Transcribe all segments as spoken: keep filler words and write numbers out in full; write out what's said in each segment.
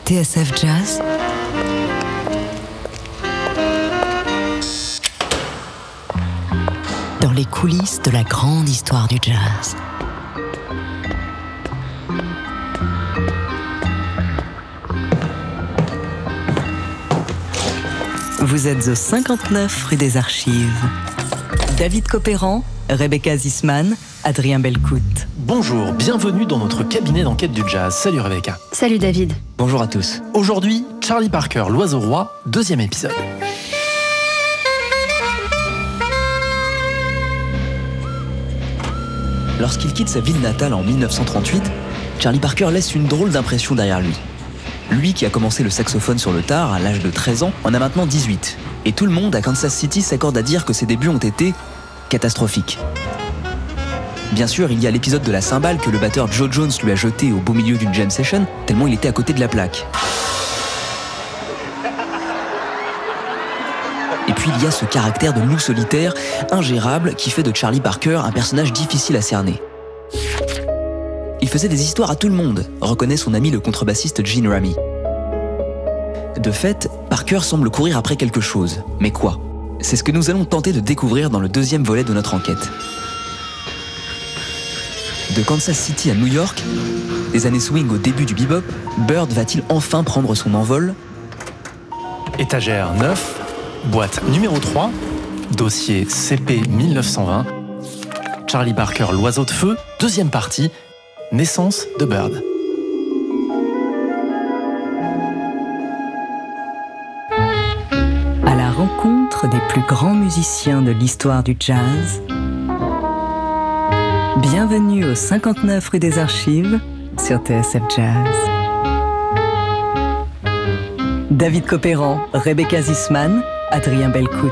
T S F Jazz, dans les coulisses de la grande histoire du jazz. Vous êtes au cinquante-neuf rue des Archives. David Copéran, Rebecca Zisman, Adrien Belcout. Bonjour, bienvenue dans notre cabinet d'enquête du jazz. Salut Rebecca. Salut David. Bonjour à tous. Aujourd'hui, Charlie Parker, l'oiseau roi, deuxième épisode. Lorsqu'il quitte sa ville natale en dix-neuf cent trente-huit, Charlie Parker laisse une drôle d'impression derrière lui. Lui qui a commencé le saxophone sur le tard à l'âge de treize ans, en a maintenant dix-huit. Et tout le monde à Kansas City s'accorde à dire que ses débuts ont été catastrophiques. Bien sûr, il y a l'épisode de la cymbale que le batteur Joe Jones lui a jeté au beau milieu d'une jam session, tellement il était à côté de la plaque. Et puis il y a ce caractère de loup solitaire, ingérable, qui fait de Charlie Parker un personnage difficile à cerner. Il faisait des histoires à tout le monde, reconnaît son ami le contrebassiste Gene Ramey. De fait, Parker semble courir après quelque chose. Mais quoi ? C'est ce que nous allons tenter de découvrir dans le deuxième volet de notre enquête. De Kansas City à New York, des années swing au début du bebop, Bird va-t-il enfin prendre son envol ? Étagère neuf, boîte numéro trois, dossier C P mille neuf cent vingt, Charlie Parker, l'oiseau de feu, deuxième partie, naissance de Bird. À la rencontre des plus grands musiciens de l'histoire du jazz, bienvenue au cinquante-neuf rue des Archives sur T S F Jazz. David Copéran, Rebecca Zisman, Adrien Belcout.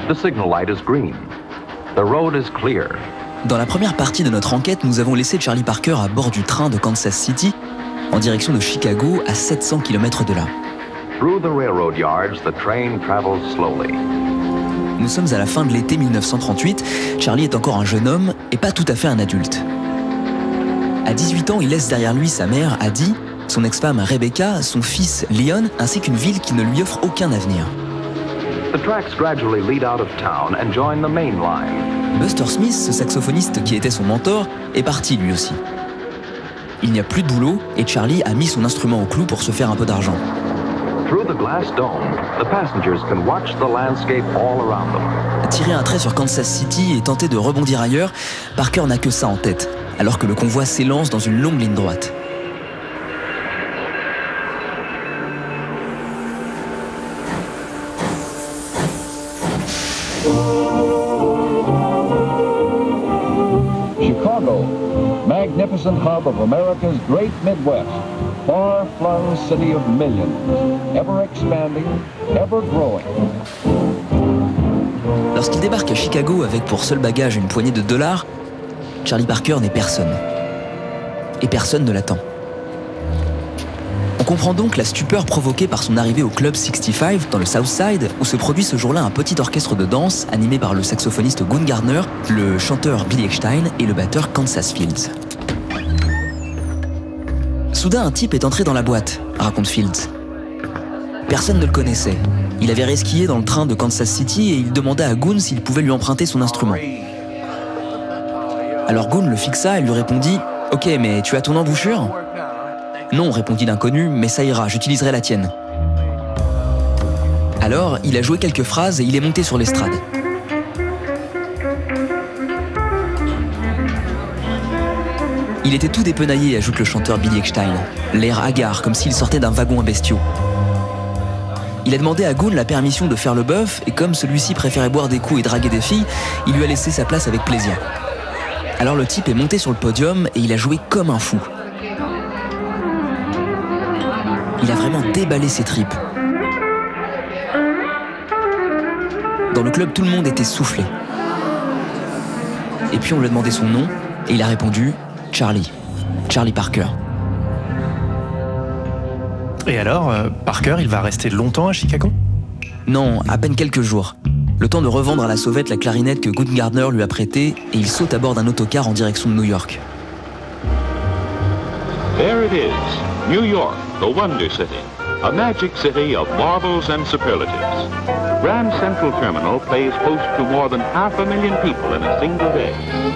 The signal light is green. The road is clear. Dans la première partie de notre enquête, nous avons laissé Charlie Parker à bord du train de Kansas City en direction de Chicago, à sept cents kilomètres de là. Through the railroad yards, the train travels slowly. Nous sommes à la fin de l'été mille neuf cent trente-huit. Charlie est encore un jeune homme et pas tout à fait un adulte. À dix-huit ans, il laisse derrière lui sa mère, Addie, son ex-femme Rebecca, son fils Leon, ainsi qu'une ville qui ne lui offre aucun avenir. The tracks gradually lead out of town and join the main line. Buster Smith, ce saxophoniste qui était son mentor, est parti lui aussi. Il n'y a plus de boulot et Charlie a mis son instrument au clou pour se faire un peu d'argent. Through the glass dome, the passengers can watch the landscape all around them. Tirer un trait sur Kansas City et tenter de rebondir ailleurs, Parker n'a que ça en tête, alors que le convoi s'élance dans une longue ligne droite. Chicago, magnificent hub of America's great Midwest, far-flung city of millions, ever expanding, ever growing. Lorsqu'il débarque à Chicago avec pour seul bagage une poignée de dollars, Charlie Parker n'est personne. Et personne ne l'attend. On comprend donc la stupeur provoquée par son arrivée au Club soixante-cinq dans le South Side, où se produit ce jour-là un petit orchestre de danse animé par le saxophoniste Gunn Gardner, le chanteur Billy Eckstine et le batteur Kansas Fields. Soudain, un type est entré dans la boîte, raconte Fields. Personne ne le connaissait. Il avait resquillé dans le train de Kansas City et il demanda à Gunn s'il pouvait lui emprunter son instrument. Alors Gunn le fixa et lui répondit « Ok, mais tu as ton embouchure ?» « Non, répondit l'inconnu, mais ça ira, j'utiliserai la tienne. » Alors, il a joué quelques phrases et il est monté sur l'estrade. Il était tout dépenaillé, ajoute le chanteur Billy Eckstine, l'air hagard, comme s'il sortait d'un wagon à bestiaux. Il a demandé à Gunn la permission de faire le bœuf et comme celui-ci préférait boire des coups et draguer des filles, il lui a laissé sa place avec plaisir. Alors le type est monté sur le podium et il a joué comme un fou. Il a vraiment déballé ses tripes. Dans le club, tout le monde était soufflé. Et puis on lui a demandé son nom et il a répondu « Charlie, Charlie Parker ». Et alors, euh, Parker, il va rester longtemps à Chicago ? Non, à peine quelques jours. Le temps de revendre à la sauvette la clarinette que Gunn Gardner lui a prêtée et il saute à bord d'un autocar en direction de New York. There it is, New York, the Wonder City, a magic city of marvels and superlatives. Grand Central Terminal plays host to more than half a million people in a single day.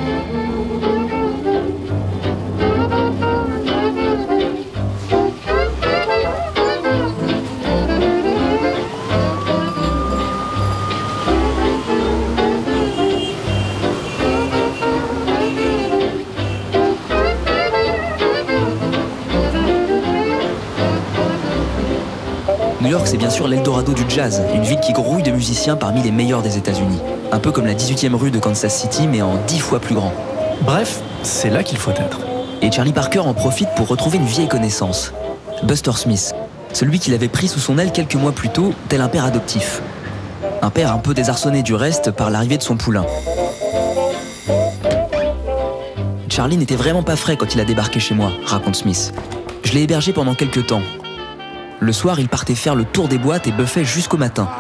New York, c'est bien sûr l'Eldorado du jazz, une ville qui grouille de musiciens parmi les meilleurs des États-Unis. Un peu comme la dix-huitième rue de Kansas City, mais en dix fois plus grand. Bref, c'est là qu'il faut être. Et Charlie Parker en profite pour retrouver une vieille connaissance, Buster Smith, celui qu'il avait pris sous son aile quelques mois plus tôt, tel un père adoptif. Un père un peu désarçonné du reste par l'arrivée de son poulain. Charlie n'était vraiment pas frais quand il a débarqué chez moi, raconte Smith. Je l'ai hébergé pendant quelques temps. Le soir, il partait faire le tour des boîtes et buffait jusqu'au matin.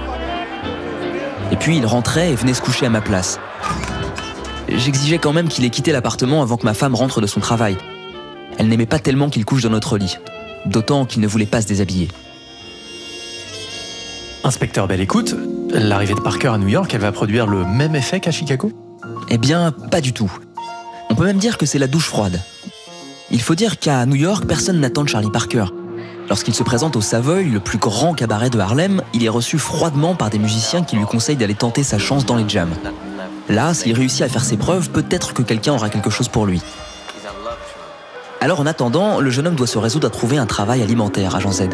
Et puis, il rentrait et venait se coucher à ma place. J'exigeais quand même qu'il ait quitté l'appartement avant que ma femme rentre de son travail. Elle n'aimait pas tellement qu'il couche dans notre lit. D'autant qu'il ne voulait pas se déshabiller. Inspecteur Bell, écoute, l'arrivée de Parker à New York, elle va produire le même effet qu'à Chicago ? Eh bien, pas du tout. On peut même dire que c'est la douche froide. Il faut dire qu'à New York, personne n'attend Charlie Parker. Lorsqu'il se présente au Savoy, le plus grand cabaret de Harlem, il est reçu froidement par des musiciens qui lui conseillent d'aller tenter sa chance dans les jams. Là, s'il réussit à faire ses preuves, peut-être que quelqu'un aura quelque chose pour lui. Alors en attendant, le jeune homme doit se résoudre à trouver un travail alimentaire, agent Z.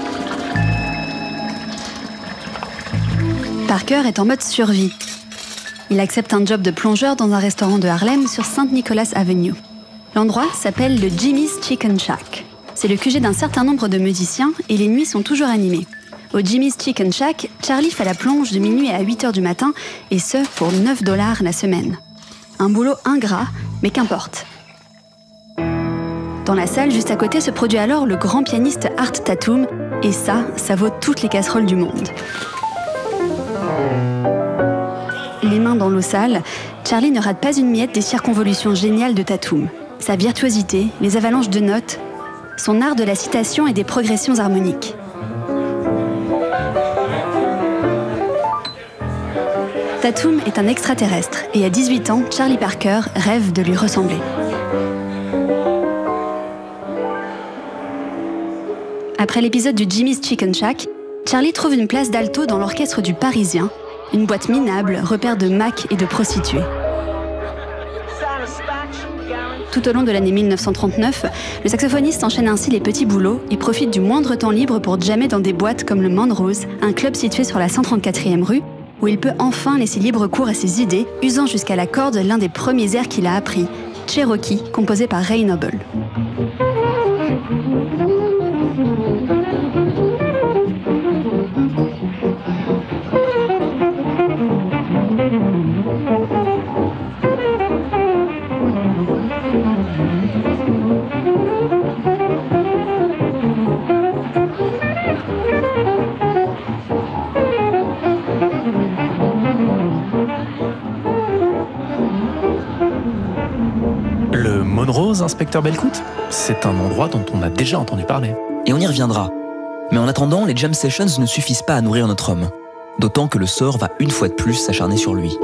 Parker est en mode survie. Il accepte un job de plongeur dans un restaurant de Harlem sur Saint Nicholas Avenue. L'endroit s'appelle le Jimmy's Chicken Shack. C'est le Q G d'un certain nombre de musiciens et les nuits sont toujours animées. Au Jimmy's Chicken Shack, Charlie fait la plonge de minuit à huit heures du matin, et ce, pour neuf dollars la semaine. Un boulot ingrat, mais qu'importe. Dans la salle, juste à côté, se produit alors le grand pianiste Art Tatum, et ça, ça vaut toutes les casseroles du monde. Les mains dans l'eau sale, Charlie ne rate pas une miette des circonvolutions géniales de Tatum. Sa virtuosité, les avalanches de notes, son art de la citation et des progressions harmoniques. Tatum est un extraterrestre et à dix-huit ans, Charlie Parker rêve de lui ressembler. Après l'épisode du Jimmy's Chicken Shack, Charlie trouve une place d'alto dans l'orchestre du Parisien, une boîte minable, repère de macs et de prostituées. Tout au long de l'année mille neuf cent trente-neuf, le saxophoniste enchaîne ainsi les petits boulots et profite du moindre temps libre pour jammer dans des boîtes comme le Monrose, un club situé sur la cent trente-quatrième rue, où il peut enfin laisser libre cours à ses idées, usant jusqu'à la corde l'un des premiers airs qu'il a appris, Cherokee, composé par Ray Noble. Le Monrose, inspecteur Belcout, c'est un endroit dont on a déjà entendu parler. Et on y reviendra. Mais en attendant, les jam sessions ne suffisent pas à nourrir notre homme. D'autant que le sort va une fois de plus s'acharner sur lui.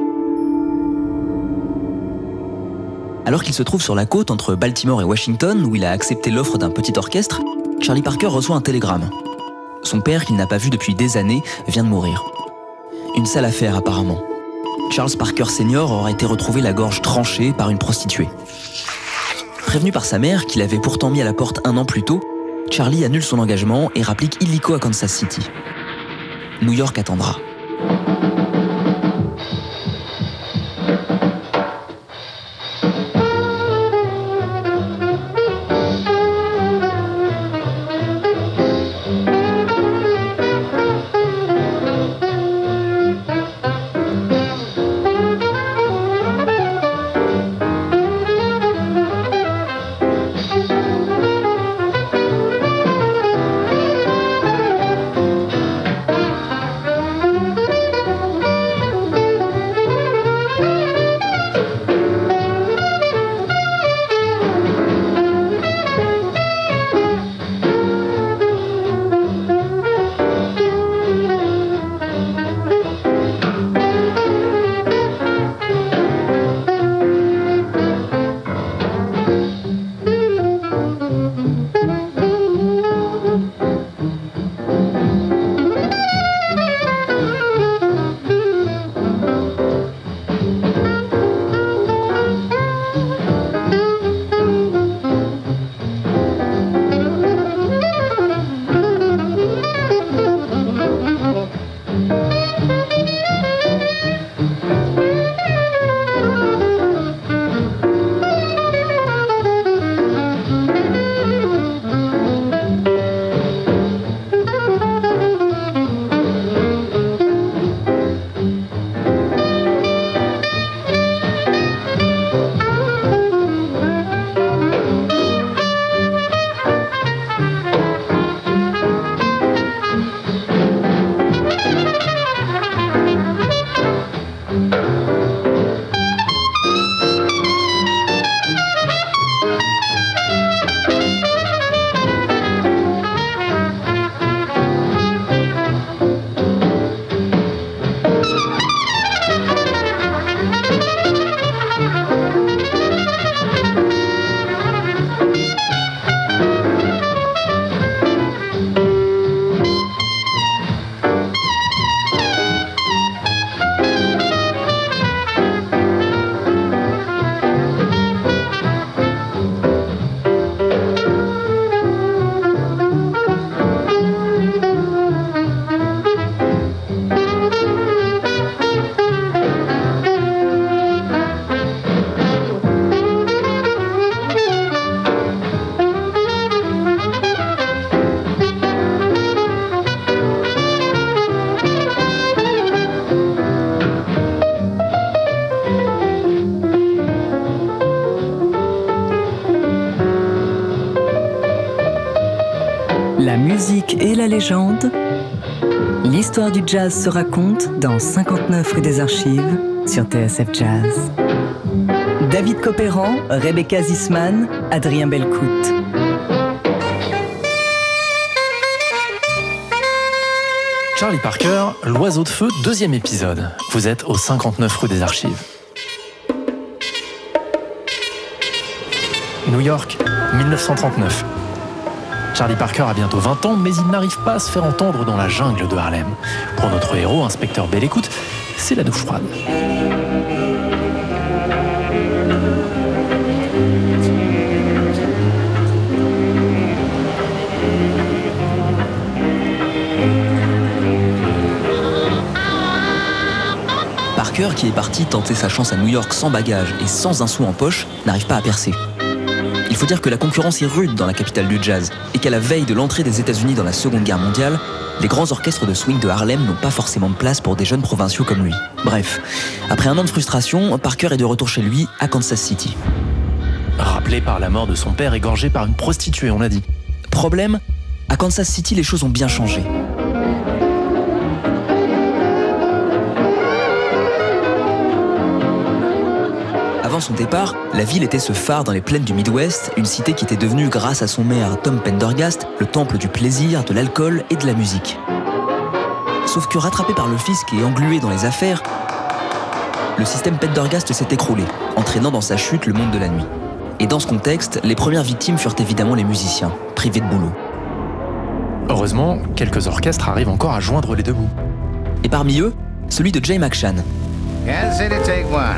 Alors qu'il se trouve sur la côte entre Baltimore et Washington, où il a accepté l'offre d'un petit orchestre, Charlie Parker reçoit un télégramme. Son père, qu'il n'a pas vu depuis des années, vient de mourir. Une sale affaire apparemment. Charles Parker senior aura été retrouvé la gorge tranchée par une prostituée. Prévenu par sa mère, qu'il avait pourtant mis à la porte un an plus tôt, Charlie annule son engagement et rapplique illico à Kansas City. New York attendra. musique et la légende, l'histoire du jazz se raconte dans cinquante-neuf rue des Archives sur T S F Jazz. David Copéran, Rebecca Zisman, Adrien Belcout. Charlie Parker, L'Oiseau de Feu, deuxième épisode. Vous êtes au cinquante-neuf rue des Archives. New York, mille neuf cent trente-neuf. Charlie Parker a bientôt vingt ans, mais il n'arrive pas à se faire entendre dans la jungle de Harlem. Pour notre héros, inspecteur Belcout, c'est la douche froide. Parker, qui est parti tenter sa chance à New York sans bagage et sans un sou en poche, n'arrive pas à percer. Il faut dire que la concurrence est rude dans la capitale du jazz et qu'à la veille de l'entrée des États-Unis dans la Seconde Guerre mondiale, les grands orchestres de swing de Harlem n'ont pas forcément de place pour des jeunes provinciaux comme lui. Bref, après un an de frustration, Parker est de retour chez lui à Kansas City. Rappelé par la mort de son père égorgé par une prostituée, on l'a dit. Problème, à Kansas City, les choses ont bien changé. Avant son départ, la ville était ce phare dans les plaines du Midwest, une cité qui était devenue, grâce à son maire Tom Pendergast, le temple du plaisir, de l'alcool et de la musique. Sauf que rattrapé par le fisc et englué dans les affaires, le système Pendergast s'est écroulé, entraînant dans sa chute le monde de la nuit. Et dans ce contexte, les premières victimes furent évidemment les musiciens, privés de boulot. Heureusement, quelques orchestres arrivent encore à joindre les deux bouts. Et parmi eux, celui de Jay McShann. Kansas City, take one.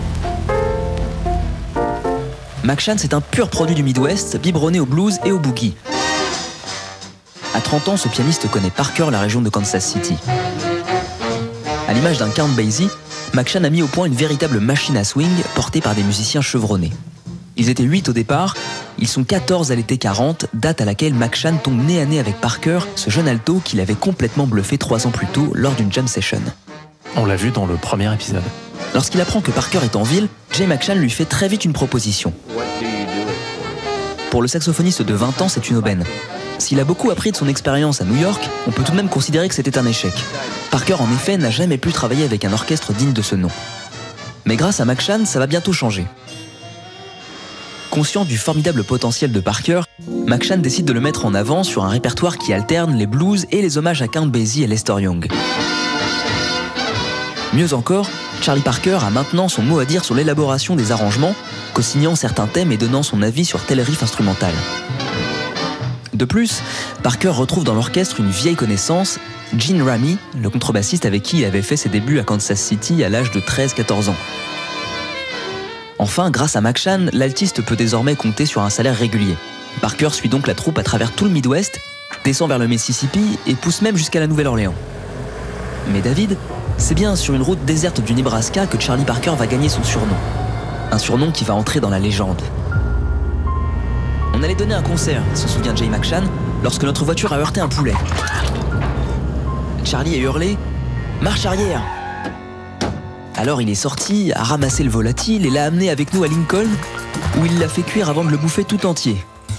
McShann, c'est un pur produit du Midwest, biberonné au blues et au boogie. À trente ans, ce pianiste connaît par cœur la région de Kansas City. À l'image d'un Count Basie, McShann a mis au point une véritable machine à swing portée par des musiciens chevronnés. Ils étaient huit au départ, ils sont quatorze à l'été quarante, date à laquelle McShann tombe nez à nez avec Parker, ce jeune alto qu'il avait complètement bluffé trois ans plus tôt lors d'une jam session. On l'a vu dans le premier épisode. Lorsqu'il apprend que Parker est en ville, Jay McShann lui fait très vite une proposition. Pour le saxophoniste de vingt ans, c'est une aubaine. S'il a beaucoup appris de son expérience à New York, on peut tout de même considérer que c'était un échec. Parker, en effet, n'a jamais pu travailler avec un orchestre digne de ce nom. Mais grâce à McShann, ça va bientôt changer. Conscient du formidable potentiel de Parker, McShann décide de le mettre en avant sur un répertoire qui alterne les blues et les hommages à Count Basie et Lester Young. Mieux encore, Charlie Parker a maintenant son mot à dire sur l'élaboration des arrangements, co-signant certains thèmes et donnant son avis sur tel riff instrumental. De plus, Parker retrouve dans l'orchestre une vieille connaissance, Gene Ramey, le contrebassiste avec qui il avait fait ses débuts à Kansas City à l'âge de treize à quatorze ans. Enfin, grâce à McShann, l'altiste peut désormais compter sur un salaire régulier. Parker suit donc la troupe à travers tout le Midwest, descend vers le Mississippi et pousse même jusqu'à la Nouvelle-Orléans. Mais David, c'est bien sur une route déserte du Nebraska que Charlie Parker va gagner son surnom. Un surnom qui va entrer dans la légende. On allait donner un concert, se souvient Jay McShann, lorsque notre voiture a heurté un poulet. Charlie a hurlé « Marche arrière !» Alors il est sorti, a ramassé le volatile et l'a amené avec nous à Lincoln, où il l'a fait cuire avant de le bouffer tout entier.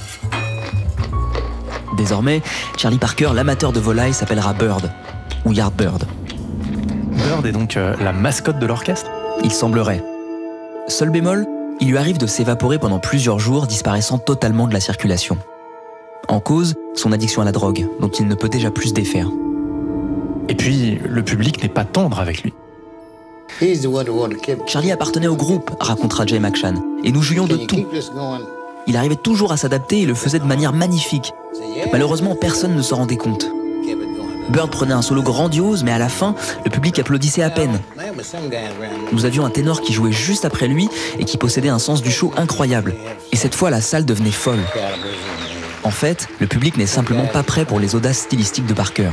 Désormais, Charlie Parker, l'amateur de volaille, s'appellera Bird, ou Yardbird. Bird est donc euh, la mascotte de l'orchestre ? Il semblerait. Seul bémol, il lui arrive de s'évaporer pendant plusieurs jours, disparaissant totalement de la circulation. En cause, son addiction à la drogue, dont il ne peut déjà plus se défaire. Et puis, le public n'est pas tendre avec lui. Charlie appartenait au groupe, racontera Jay McShann, et nous jouions de tout. Il arrivait toujours à s'adapter et le faisait de manière magnifique. Malheureusement, personne ne s'en rendait compte. Bird prenait un solo grandiose, mais à la fin, le public applaudissait à peine. Nous avions un ténor qui jouait juste après lui et qui possédait un sens du show incroyable. Et cette fois, la salle devenait folle. En fait, le public n'est simplement pas prêt pour les audaces stylistiques de Parker.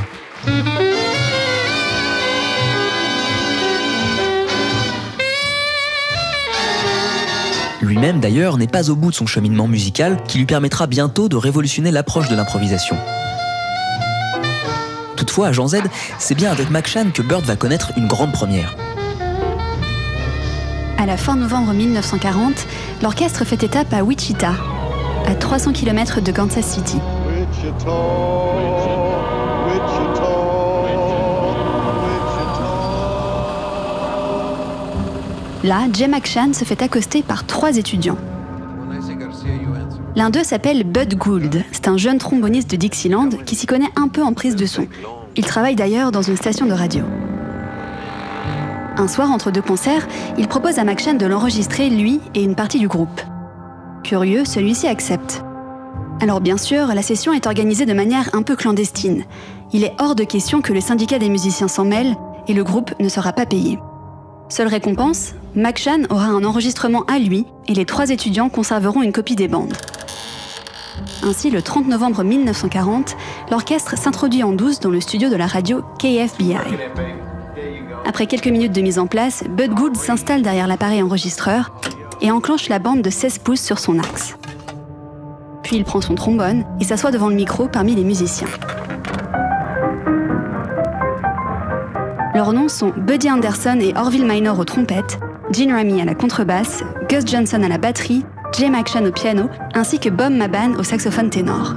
Lui-même, d'ailleurs, n'est pas au bout de son cheminement musical qui lui permettra bientôt de révolutionner l'approche de l'improvisation. Toutefois, à Jean Z, c'est bien avec McShann que Bird va connaître une grande première. À la fin novembre mille neuf cent quarante, l'orchestre fait étape à Wichita, à trois cents kilomètres de Kansas City. Wichita, Wichita, Wichita. Là, Jay McShann se fait accoster par trois étudiants. L'un d'eux s'appelle Bud Gould. C'est un jeune tromboniste de Dixieland qui s'y connaît un peu en prise de son. Il travaille d'ailleurs dans une station de radio. Un soir, entre deux concerts, il propose à McShann de l'enregistrer, lui et une partie du groupe. Curieux, celui-ci accepte. Alors bien sûr, la session est organisée de manière un peu clandestine. Il est hors de question que le syndicat des musiciens s'en mêle et le groupe ne sera pas payé. Seule récompense, McShann aura un enregistrement à lui et les trois étudiants conserveront une copie des bandes. Ainsi, le trente novembre mille neuf cent quarante, l'orchestre s'introduit en douce dans le studio de la radio K F B I. Après quelques minutes de mise en place, Bud Gould s'installe derrière l'appareil enregistreur et enclenche la bande de seize pouces sur son axe. Puis il prend son trombone et s'assoit devant le micro parmi les musiciens. Leurs noms sont Buddy Anderson et Orville Minor aux trompettes, Gene Ramey à la contrebasse, Gus Johnson à la batterie, Jay McShann au piano, ainsi que Bob Maban au saxophone ténor.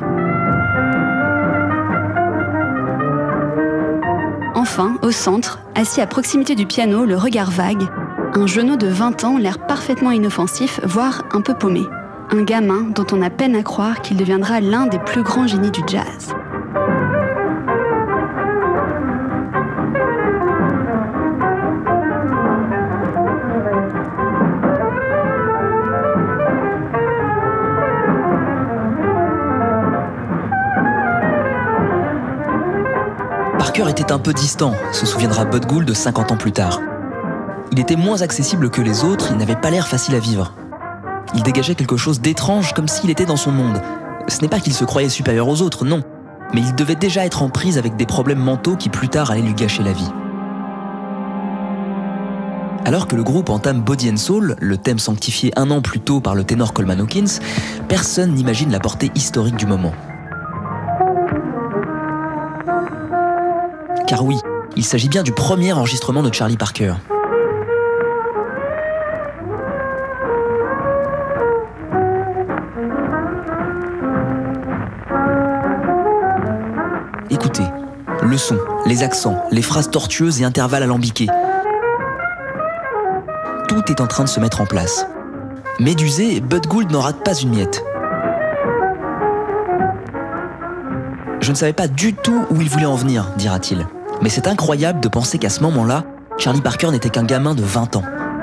Enfin, au centre, assis à proximité du piano, le regard vague, un jeuneau de vingt ans, l'air parfaitement inoffensif, voire un peu paumé. Un gamin dont on a peine à croire qu'il deviendra l'un des plus grands génies du jazz. Parker était un peu distant, se souviendra Bud Gould cinquante ans plus tard. Il était moins accessible que les autres, il n'avait pas l'air facile à vivre. Il dégageait quelque chose d'étrange, comme s'il était dans son monde. Ce n'est pas qu'il se croyait supérieur aux autres, non. Mais il devait déjà être en prise avec des problèmes mentaux qui plus tard allaient lui gâcher la vie. Alors que le groupe entame Body and Soul, le thème sanctifié un an plus tôt par le ténor Coleman Hawkins, personne n'imagine la portée historique du moment. Car oui, il s'agit bien du premier enregistrement de Charlie Parker. Écoutez, le son, les accents, les phrases tortueuses et intervalles alambiqués. Tout est en train de se mettre en place. Médusé, Bud Gould n'en rate pas une miette. Je ne savais pas du tout où il voulait en venir, dira-t-il. Mais c'est incroyable de penser qu'à ce moment-là, Charlie Parker n'était qu'un gamin de vingt ans.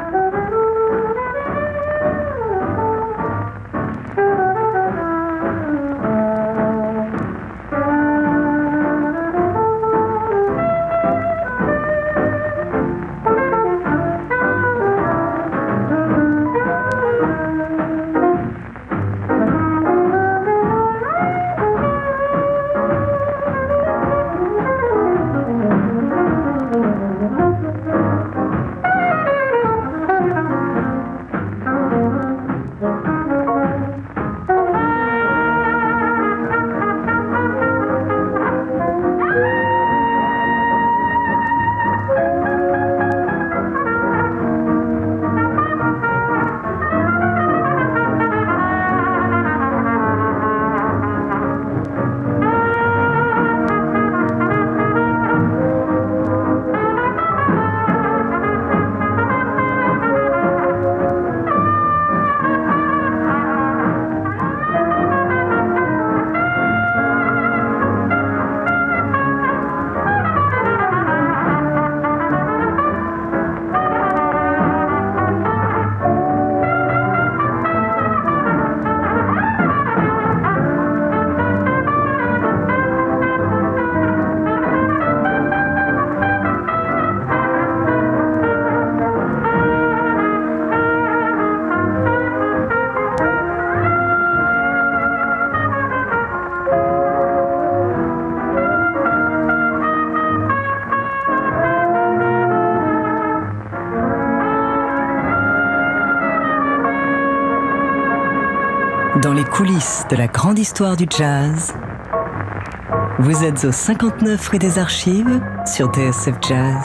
Dans les coulisses de la grande histoire du jazz, vous êtes au cinquante-neuf rue des Archives sur T S F Jazz.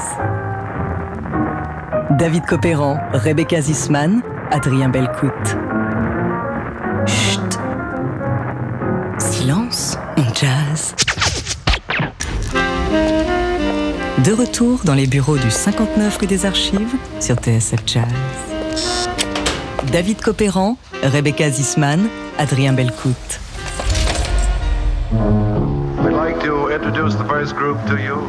David Copéran, Rebecca Zisman, Adrien Belcout. Chut! Silence, on jazz. De retour dans les bureaux du cinquante-neuf rue des Archives sur T S F Jazz. David Copéran, Rebecca Zisman, Adrien Belcout. We'd like to introduce the first group to you.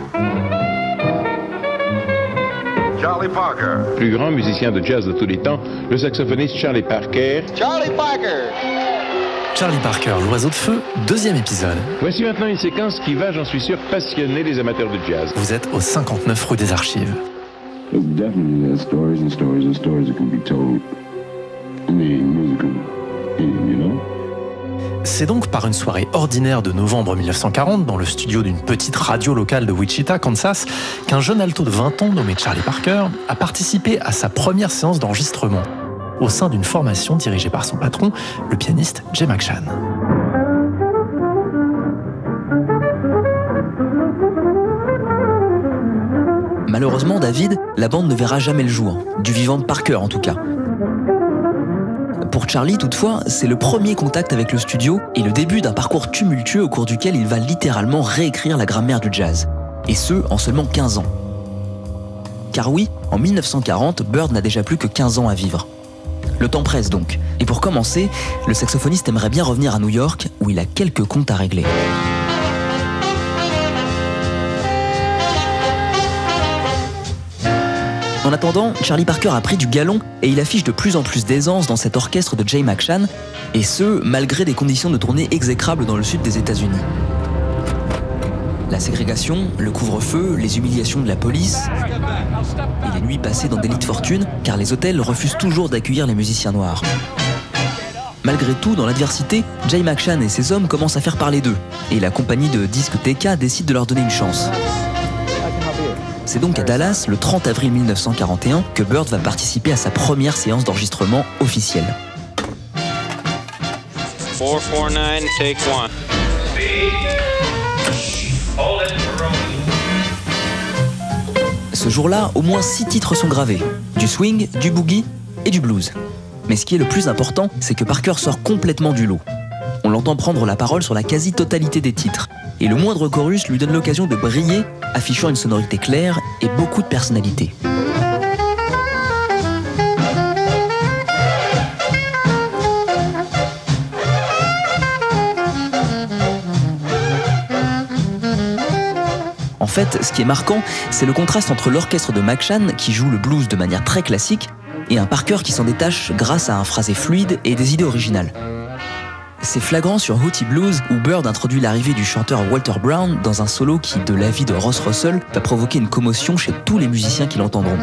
Charlie Parker. Plus grand musicien de jazz de tous les temps, le saxophoniste Charlie Parker. Charlie Parker. Charlie Parker, l'oiseau de feu, deuxième épisode. Voici maintenant une séquence qui va, j'en suis sûr, passionner les amateurs de jazz. Vous êtes au cinquante-neuf rue des Archives. Definitely there's stories and stories and stories that can be told in the musical medium, you know? C'est donc par une soirée ordinaire de novembre mille neuf cent quarante, dans le studio d'une petite radio locale de Wichita, Kansas, qu'un jeune alto de vingt ans nommé Charlie Parker a participé à sa première séance d'enregistrement, au sein d'une formation dirigée par son patron, le pianiste Jay McShann. Malheureusement, David, la bande ne verra jamais le jour, du vivant de Parker en tout cas. Pour Charlie, toutefois, c'est le premier contact avec le studio et le début d'un parcours tumultueux au cours duquel il va littéralement réécrire la grammaire du jazz. Et ce, en seulement quinze ans. Car oui, en mille neuf cent quarante, Bird n'a déjà plus que quinze ans à vivre. Le temps presse donc. Et pour commencer, le saxophoniste aimerait bien revenir à New York, où il a quelques comptes à régler. En attendant, Charlie Parker a pris du galon et il affiche de plus en plus d'aisance dans cet orchestre de Jay McShann, et ce, malgré des conditions de tournée exécrables dans le sud des États-Unis. La ségrégation, le couvre-feu, les humiliations de la police et les nuits passées dans des lits de fortune, car les hôtels refusent toujours d'accueillir les musiciens noirs. Malgré tout, dans l'adversité, Jay McShann et ses hommes commencent à faire parler d'eux, et la compagnie de disques T K décide de leur donner une chance. C'est donc à Dallas, le trente avril mille neuf cent quarante et un, que Bird va participer à sa première séance d'enregistrement officielle. four four nine, take one. Ce jour-là, au moins six titres sont gravés. Du swing, du boogie et du blues. Mais ce qui est le plus important, c'est que Parker sort complètement du lot. On l'entend prendre la parole sur la quasi-totalité des titres. Et le moindre chorus lui donne l'occasion de briller, affichant une sonorité claire et beaucoup de personnalité. En fait, ce qui est marquant, c'est le contraste entre l'orchestre de McShann, qui joue le blues de manière très classique, et un Parker qui s'en détache grâce à un phrasé fluide et des idées originales. C'est flagrant sur Hootie Blues, où Bird introduit l'arrivée du chanteur Walter Brown dans un solo qui, de l'avis de Ross Russell, va provoquer une commotion chez tous les musiciens qui l'entendront.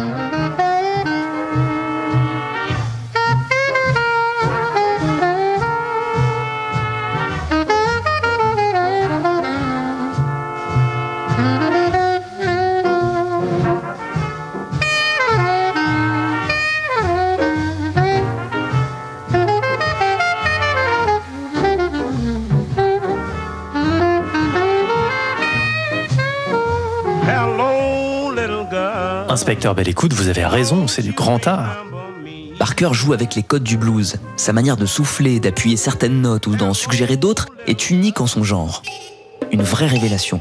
Inspecteur Belle Écoute, vous avez raison, c'est du grand art. Parker joue avec les codes du blues. Sa manière de souffler, d'appuyer certaines notes ou d'en suggérer d'autres est unique en son genre. Une vraie révélation.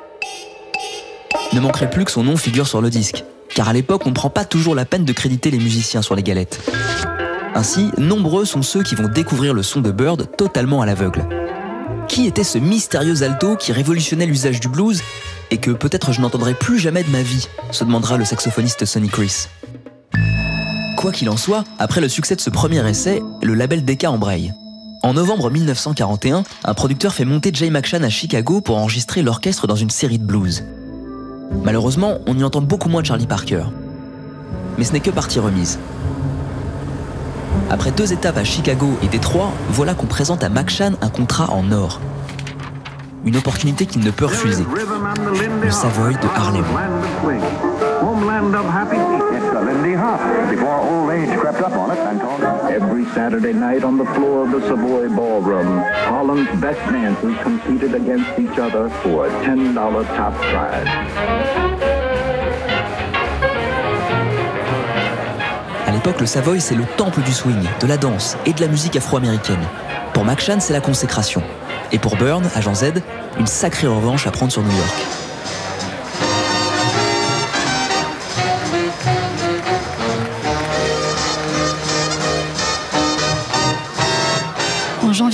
Ne manquerait plus que son nom figure sur le disque, car à l'époque on ne prend pas toujours la peine de créditer les musiciens sur les galettes. Ainsi, nombreux sont ceux qui vont découvrir le son de Bird totalement à l'aveugle. Qui était ce mystérieux alto qui révolutionnait l'usage du blues et que peut-être je n'entendrai plus jamais de ma vie, se demandera le saxophoniste Sonny Chris. Quoi qu'il en soit, après le succès de ce premier essai, le label Decca embraye. En novembre mille neuf cent quarante et un, un producteur fait monter Jay McShann à Chicago pour enregistrer l'orchestre dans une série de blues. Malheureusement, on y entend beaucoup moins Charlie Parker. Mais ce n'est que partie remise. Après deux étapes à Chicago et Détroit, voilà qu'on présente à McShann un contrat en or. Une opportunité qu'il ne peut refuser. Le Savoy de Harlem. Homeland of happy it's the Lindy Hop. Before old age crept up on it and called it. Every Saturday night on the floor of the Savoy Ballroom, Holland's best dancers competed against each other for a ten dollar top prize. À l'époque, le Savoy, c'est le temple du swing, de la danse et de la musique afro-américaine. Pour McShann, c'est la consécration. Et pour Byrne, agent Z, une sacrée revanche à prendre sur New York.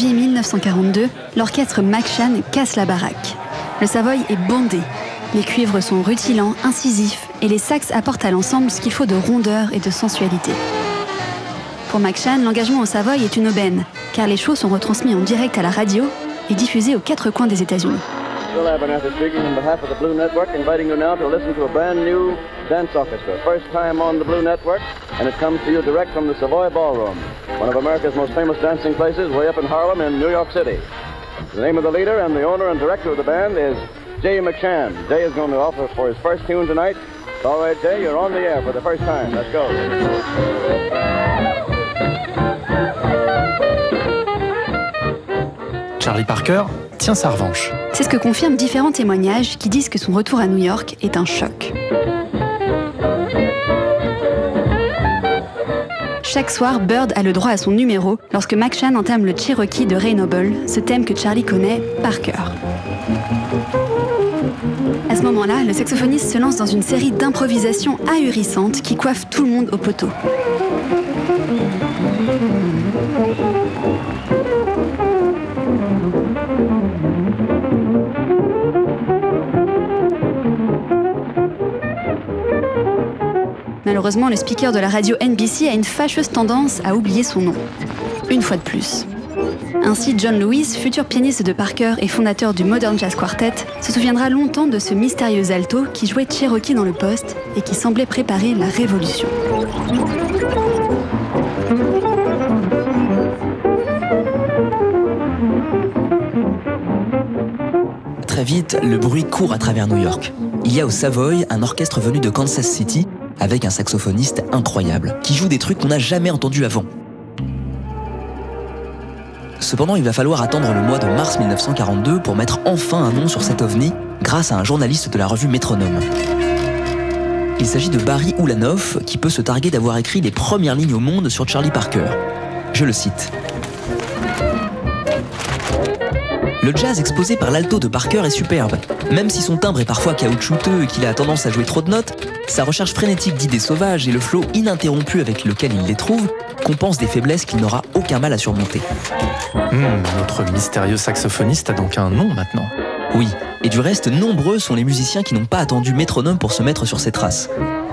janvier mille neuf cent quarante-deux, l'orchestre McShann casse la baraque. Le Savoy est bondé. Les cuivres sont rutilants, incisifs, et les sax apportent à l'ensemble ce qu'il faut de rondeur et de sensualité. Pour McShann, l'engagement au Savoy est une aubaine, car les shows sont retransmis en direct à la radio et diffusés aux quatre coins des États-Unis. Bill Abernathy speaking on behalf of the Blue Network, inviting you now to listen to a brand new dance orchestra. First time on the Blue Network, and it comes to you direct from the Savoy Ballroom, one of America's most famous dancing places way up in Harlem in New York City. The name of the leader and the owner and director of the band is Jay McShann. Jay is going to offer for his first tune tonight. All right, Jay, you're on the air for the first time. Let's go. Charlie Parker tient sa revanche. C'est ce que confirment différents témoignages qui disent que son retour à New York est un choc. Chaque soir, Bird a le droit à son numéro lorsque McShann entame le Cherokee de Ray Noble, ce thème que Charlie connaît par cœur. À ce moment-là, le saxophoniste se lance dans une série d'improvisations ahurissantes qui coiffent tout le monde au poteau. Malheureusement, le speaker de la radio N B C a une fâcheuse tendance à oublier son nom. Une fois de plus. Ainsi, John Lewis, futur pianiste de Parker et fondateur du Modern Jazz Quartet, se souviendra longtemps de ce mystérieux alto qui jouait Cherokee dans le poste et qui semblait préparer la révolution. Très vite, le bruit court à travers New York. Il y a au Savoy un orchestre venu de Kansas City avec un saxophoniste incroyable, qui joue des trucs qu'on n'a jamais entendus avant. Cependant, il va falloir attendre le mois de mars mille neuf cent quarante-deux pour mettre enfin un nom sur cet ovni grâce à un journaliste de la revue Métronome. Il s'agit de Barry Ulanov, qui peut se targuer d'avoir écrit les premières lignes au monde sur Charlie Parker. Je le cite. Le jazz exposé par l'alto de Parker est superbe. Même si son timbre est parfois caoutchouteux et qu'il a tendance à jouer trop de notes, sa recherche frénétique d'idées sauvages et le flow ininterrompu avec lequel il les trouve compensent des faiblesses qu'il n'aura aucun mal à surmonter. Mmh, notre mystérieux saxophoniste a donc un nom maintenant. Oui, et du reste, nombreux sont les musiciens qui n'ont pas attendu Métronome pour se mettre sur ses traces.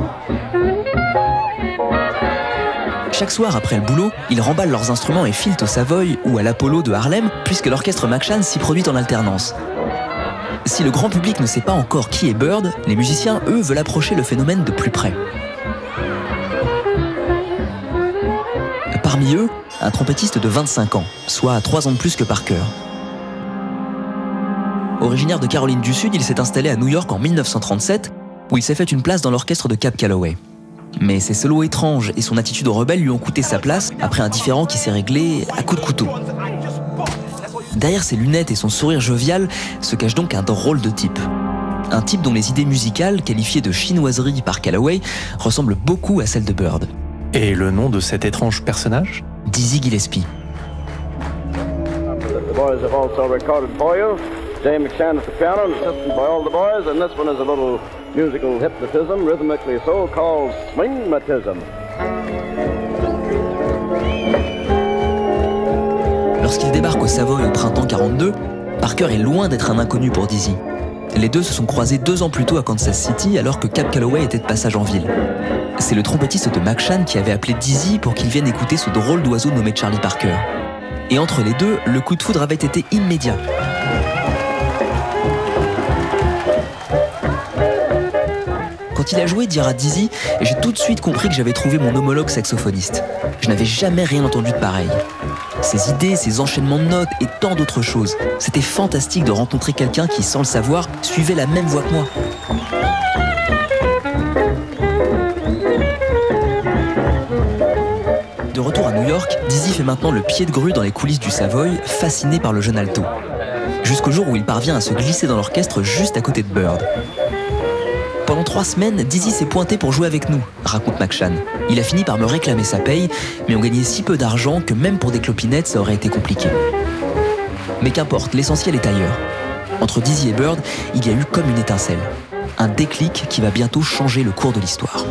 Chaque soir après le boulot, ils remballent leurs instruments et filent au Savoy ou à l'Apollo de Harlem, puisque l'orchestre McShann s'y produit en alternance. Si le grand public ne sait pas encore qui est Bird, les musiciens, eux, veulent approcher le phénomène de plus près. Parmi eux, un trompettiste de vingt-cinq ans, soit trois ans de plus que Parker. Originaire de Caroline du Sud, il s'est installé à New York en mille neuf cent trente-sept, où il s'est fait une place dans l'orchestre de Cab Calloway. Mais ses solos étranges et son attitude rebelle lui ont coûté sa place après un différend qui s'est réglé à coups de couteau. Derrière ses lunettes et son sourire jovial se cache donc un drôle de type. Un type dont les idées musicales, qualifiées de chinoiserie par Calloway, ressemblent beaucoup à celles de Bird. Et le nom de cet étrange personnage ? Dizzy Gillespie. The boys have also recorded for you. Jay McShann at the piano, assisted by all the boys, and this one is a little musical hypnotism, rhythmically so, called swingmatism. Lorsqu'il débarque au Savoy au printemps quarante-deux, Parker est loin d'être un inconnu pour Dizzy. Les deux se sont croisés deux ans plus tôt à Kansas City alors que Cab Calloway était de passage en ville. C'est le trompettiste de McShann qui avait appelé Dizzy pour qu'il vienne écouter ce drôle d'oiseau nommé Charlie Parker. Et entre les deux, le coup de foudre avait été immédiat. Quand il a joué, dira Dizzy, j'ai tout de suite compris que j'avais trouvé mon homologue saxophoniste. Je n'avais jamais rien entendu de pareil. Ses idées, ses enchaînements de notes et tant d'autres choses. C'était fantastique de rencontrer quelqu'un qui, sans le savoir, suivait la même voie que moi. De retour à New York, Dizzy fait maintenant le pied de grue dans les coulisses du Savoy, fasciné par le jeune alto. Jusqu'au jour où il parvient à se glisser dans l'orchestre juste à côté de Bird. Pendant trois semaines, Dizzy s'est pointé pour jouer avec nous, raconte McShann. Il a fini par me réclamer sa paye, mais on gagnait si peu d'argent que même pour des clopinettes, ça aurait été compliqué. Mais qu'importe, l'essentiel est ailleurs. Entre Dizzy et Bird, il y a eu comme une étincelle. Un déclic qui va bientôt changer le cours de l'histoire.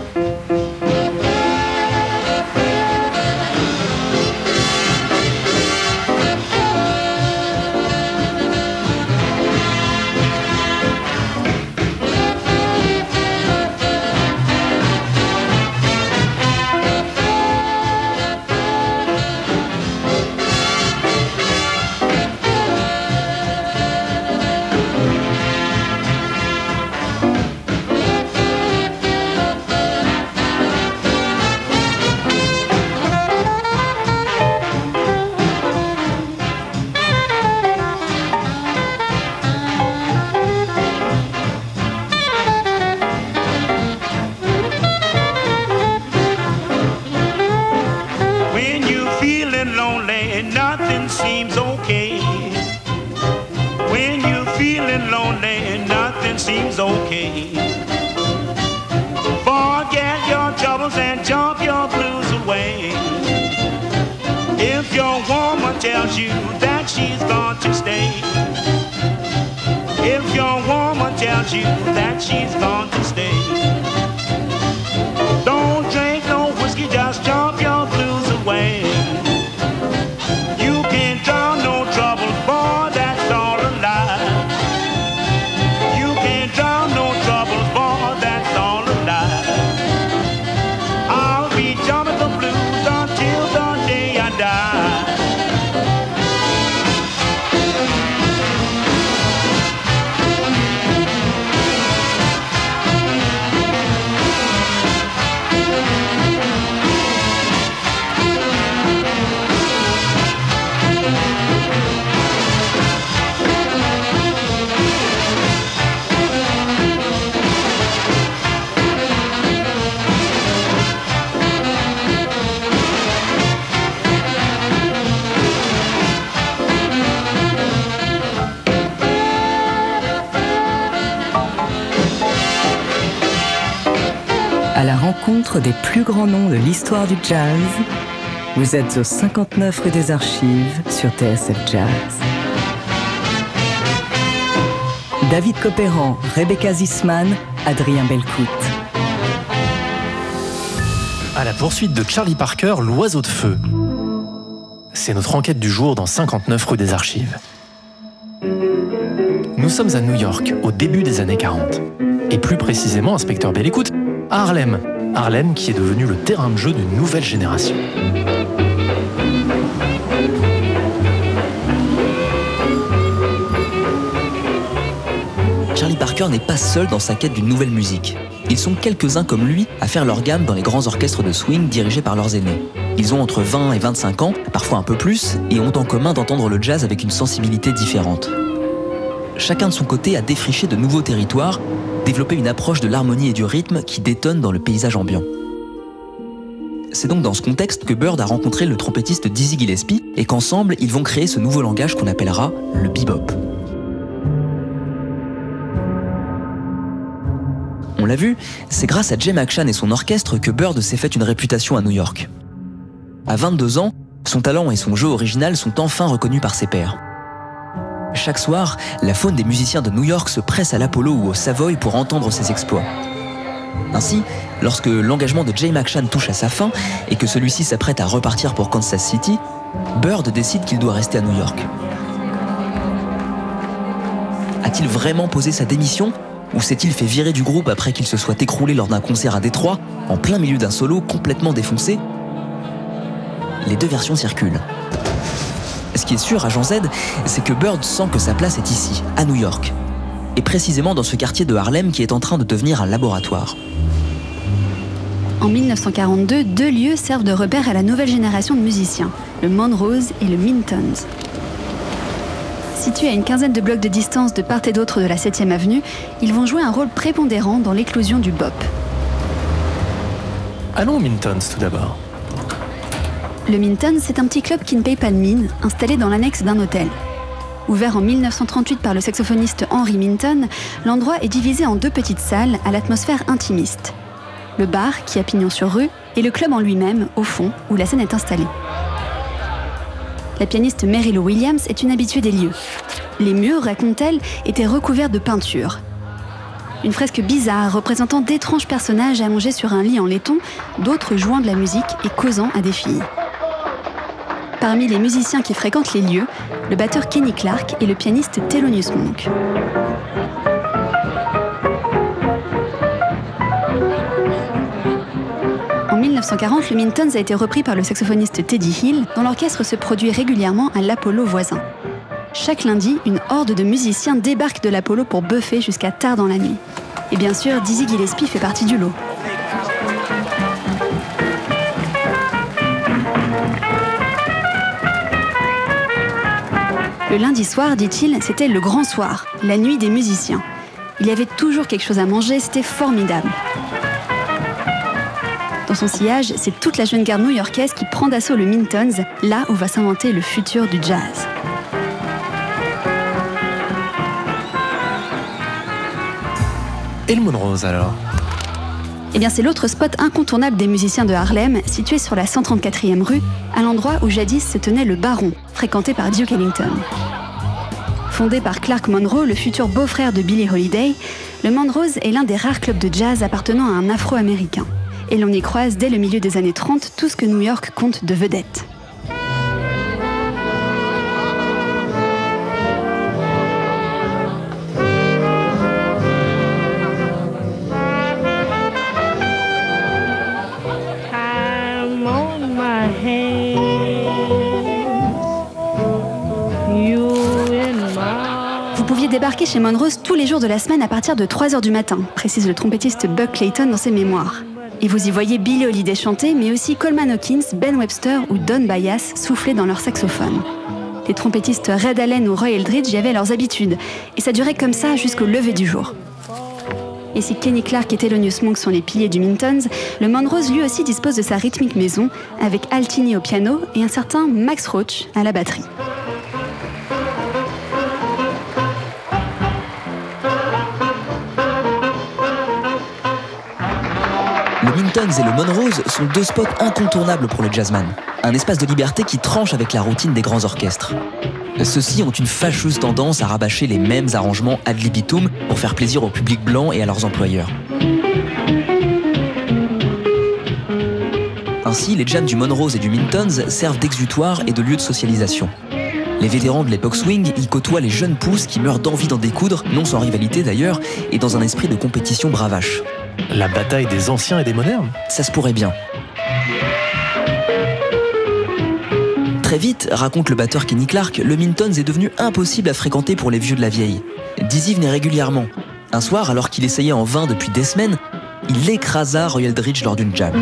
tells you that she's going to stay. If your woman tells you that she's going to stay, don't drink no whiskey, just jump your blues away. You can't drown no trouble, boy, that's all a lie. You can't drown no trouble, boy, that's all a lie. I'll be jumping the blues until the day I die. À la rencontre des plus grands noms de l'histoire du jazz, vous êtes au cinquante-neuf rue des Archives sur T S F Jazz. David Copéran, Rebecca Zisman, Adrien Belcout. À la poursuite de Charlie Parker, l'oiseau de feu. C'est notre enquête du jour dans cinquante-neuf rue des Archives. Nous sommes à New York, au début des années quarante. Et plus précisément, inspecteur Belcout, à Harlem. Harlem qui est devenu le terrain de jeu d'une nouvelle génération. Charlie Parker n'est pas seul dans sa quête d'une nouvelle musique. Ils sont quelques-uns comme lui à faire leur gamme dans les grands orchestres de swing dirigés par leurs aînés. Ils ont entre vingt et vingt-cinq ans, parfois un peu plus, et ont en commun d'entendre le jazz avec une sensibilité différente. Chacun de son côté a défriché de nouveaux territoires, développé une approche de l'harmonie et du rythme qui détonne dans le paysage ambiant. C'est donc dans ce contexte que Bird a rencontré le trompettiste Dizzy Gillespie et qu'ensemble, ils vont créer ce nouveau langage qu'on appellera le bebop. On l'a vu, c'est grâce à Jay McShann et son orchestre que Bird s'est fait une réputation à New York. À vingt-deux ans, son talent et son jeu original sont enfin reconnus par ses pairs. Chaque soir, la faune des musiciens de New York se presse à l'Apollo ou au Savoy pour entendre ses exploits. Ainsi, lorsque l'engagement de Jay McShann touche à sa fin et que celui-ci s'apprête à repartir pour Kansas City, Bird décide qu'il doit rester à New York. A-t-il vraiment posé sa démission ou s'est-il fait virer du groupe après qu'il se soit écroulé lors d'un concert à Détroit, en plein milieu d'un solo complètement défoncé ? Les deux versions circulent. Ce qui est sûr, Agent Z, c'est que Bird sent que sa place est ici, à New York. Et précisément dans ce quartier de Harlem qui est en train de devenir un laboratoire. En mille neuf cent quarante-deux, deux lieux servent de repère à la nouvelle génération de musiciens, le Monrose et le Mintons. Situés à une quinzaine de blocs de distance de part et d'autre de la septième avenue, ils vont jouer un rôle prépondérant dans l'éclosion du bop. Allons aux Mintons tout d'abord. Le Minton, c'est un petit club qui ne paye pas de mine, installé dans l'annexe d'un hôtel. Ouvert en mille neuf cent trente-huit par le saxophoniste Henry Minton, l'endroit est divisé en deux petites salles à l'atmosphère intimiste. Le bar, qui a pignon sur rue, et le club en lui-même, au fond, où la scène est installée. La pianiste Mary Lou Williams est une habituée des lieux. Les murs, raconte-t-elle, étaient recouverts de peinture. Une fresque bizarre représentant d'étranges personnages allongés sur un lit en laiton, d'autres jouant de la musique et causant à des filles. Parmi les musiciens qui fréquentent les lieux, le batteur Kenny Clarke et le pianiste Thelonious Monk. En mille neuf cent quarante, le Mintons a été repris par le saxophoniste Teddy Hill, dont l'orchestre se produit régulièrement à l'Apollo voisin. Chaque lundi, une horde de musiciens débarque de l'Apollo pour buffer jusqu'à tard dans la nuit. Et bien sûr, Dizzy Gillespie fait partie du lot. Le lundi soir, dit-il, c'était le grand soir, la nuit des musiciens. Il y avait toujours quelque chose à manger, c'était formidable. Dans son sillage, c'est toute la jeune garde new-yorkaise qui prend d'assaut le Mintons, là où va s'inventer le futur du jazz. Et le Monrose alors ? Eh bien, c'est l'autre spot incontournable des musiciens de Harlem, situé sur la cent trente-quatrième rue, à l'endroit où jadis se tenait le Baron, fréquenté par Duke Ellington. Fondé par Clark Monroe, le futur beau-frère de Billie Holiday, le Monrose est l'un des rares clubs de jazz appartenant à un Afro-Américain. Et l'on y croise dès le milieu des années trente tout ce que New York compte de vedettes. Vous pouviez débarquer chez Monrose tous les jours de la semaine à partir de trois heures du matin, précise le trompettiste Buck Clayton dans ses mémoires. Et vous y voyez Billie Holiday chanter, mais aussi Coleman Hawkins, Ben Webster ou Don Byas souffler dans leur saxophone. Les trompettistes Red Allen ou Roy Eldridge y avaient leurs habitudes, et ça durait comme ça jusqu'au lever du jour. Et si Kenny Clarke et Thelonious Monk sont les piliers du Mintons, le Monrose lui aussi dispose de sa rythmique maison, avec Al Tinney au piano et un certain Max Roach à la batterie. Le Mintons et le Monrose sont deux spots incontournables pour le jazzman. Un espace de liberté qui tranche avec la routine des grands orchestres. Ceux-ci ont une fâcheuse tendance à rabâcher les mêmes arrangements ad libitum pour faire plaisir au public blanc et à leurs employeurs. Ainsi, les jams du Monrose et du Mintons servent d'exutoire et de lieu de socialisation. Les vétérans de l'époque swing y côtoient les jeunes pousses qui meurent d'envie d'en découdre, non sans rivalité d'ailleurs, et dans un esprit de compétition bravache. La bataille des anciens et des modernes ? Ça se pourrait bien. Très vite, raconte le batteur Kenny Clarke, le Mintons est devenu impossible à fréquenter pour les vieux de la vieille. Dizzy venait régulièrement. Un soir, alors qu'il essayait en vain depuis des semaines, il écrasa Roy Eldridge lors d'une jam.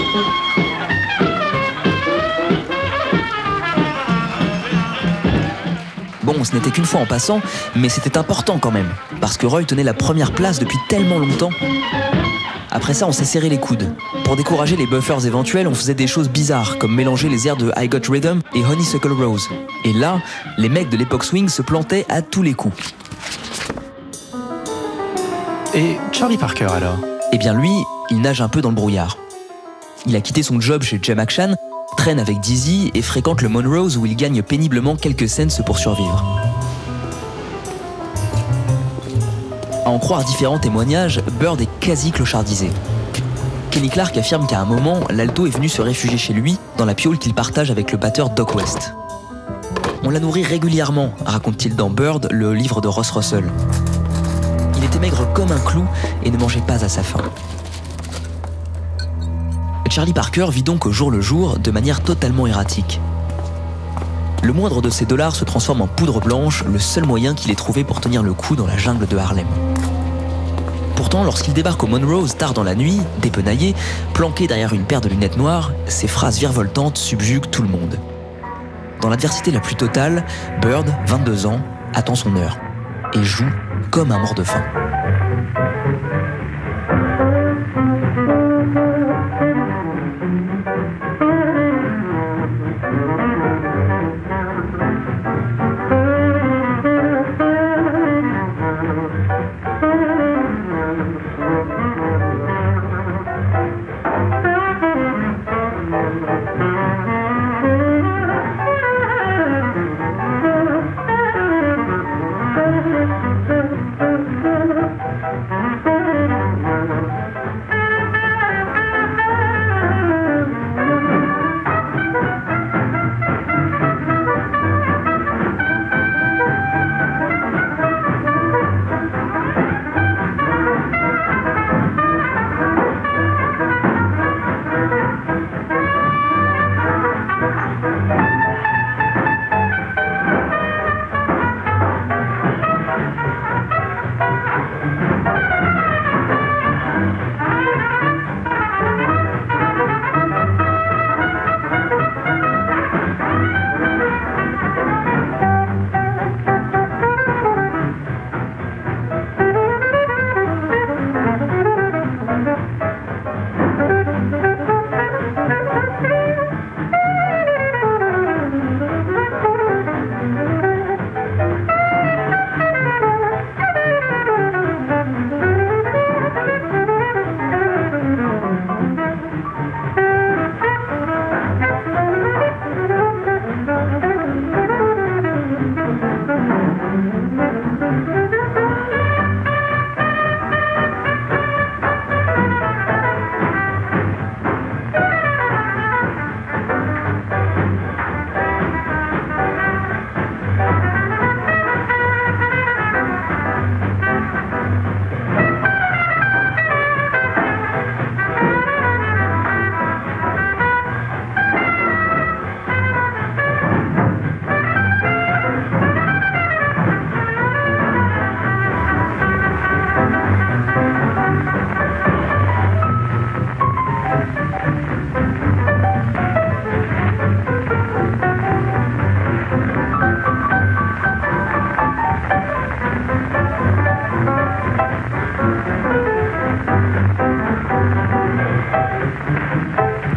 Bon, ce n'était qu'une fois en passant, mais c'était important quand même, parce que Roy tenait la première place depuis tellement longtemps. Après ça, on s'est serré les coudes. Pour décourager les buffers éventuels, on faisait des choses bizarres, comme mélanger les airs de I Got Rhythm et Honeysuckle Rose. Et là, les mecs de l'époque swing se plantaient à tous les coups. Et Charlie Parker alors ? Eh bien lui, il nage un peu dans le brouillard. Il a quitté son job chez Jay McShann, traîne avec Dizzy et fréquente le Monrose où il gagne péniblement quelques cents pour survivre. À en croire différents témoignages, Bird est quasi clochardisé. Kenny Clarke affirme qu'à un moment, l'alto est venu se réfugier chez lui, dans la piole qu'il partage avec le batteur Doc West. On l'a nourri régulièrement, raconte-t-il dans Bird, le livre de Ross Russell. Il était maigre comme un clou et ne mangeait pas à sa faim. Charlie Parker vit donc au jour le jour, de manière totalement erratique. Le moindre de ces dollars se transforme en poudre blanche, le seul moyen qu'il ait trouvé pour tenir le coup dans la jungle de Harlem. Pourtant, lorsqu'il débarque au Monrose tard dans la nuit, dépenaillé, planqué derrière une paire de lunettes noires, ses phrases virevoltantes subjuguent tout le monde. Dans l'adversité la plus totale, Bird, vingt-deux ans, attend son heure et joue comme un mort de faim.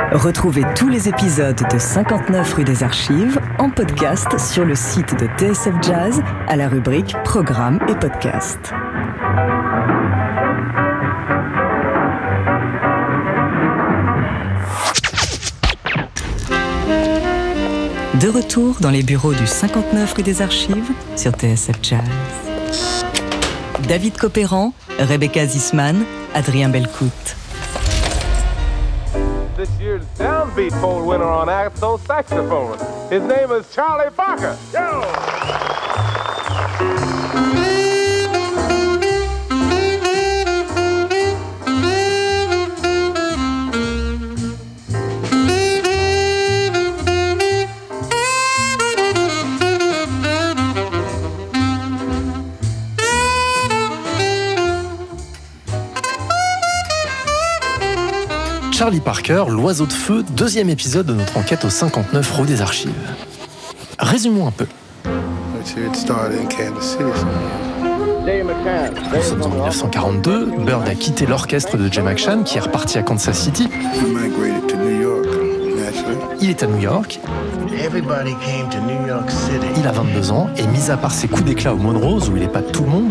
Retrouvez tous les épisodes de cinquante-neuf rue des Archives en podcast sur le site de T S F Jazz à la rubrique Programmes et podcasts. De retour dans les bureaux du cinquante-neuf rue des Archives sur T S F Jazz. David Copéran, Rebecca Zisman, Adrien Belcout. This year's Downbeat Bowl winner on alto saxophone. His name is Charlie Parker. Yo! Charlie Parker, l'oiseau de feu, deuxième épisode de notre enquête au cinquante-neuf rue des Archives. Résumons un peu. Nous sommes en dix-neuf cent quarante-deux, Bird a quitté l'orchestre de Jay McShann qui est reparti à Kansas City. Il est à New York. Il a vingt-deux ans et mis à part ses coups d'éclat au Monrose où il n'est pas de tout le monde,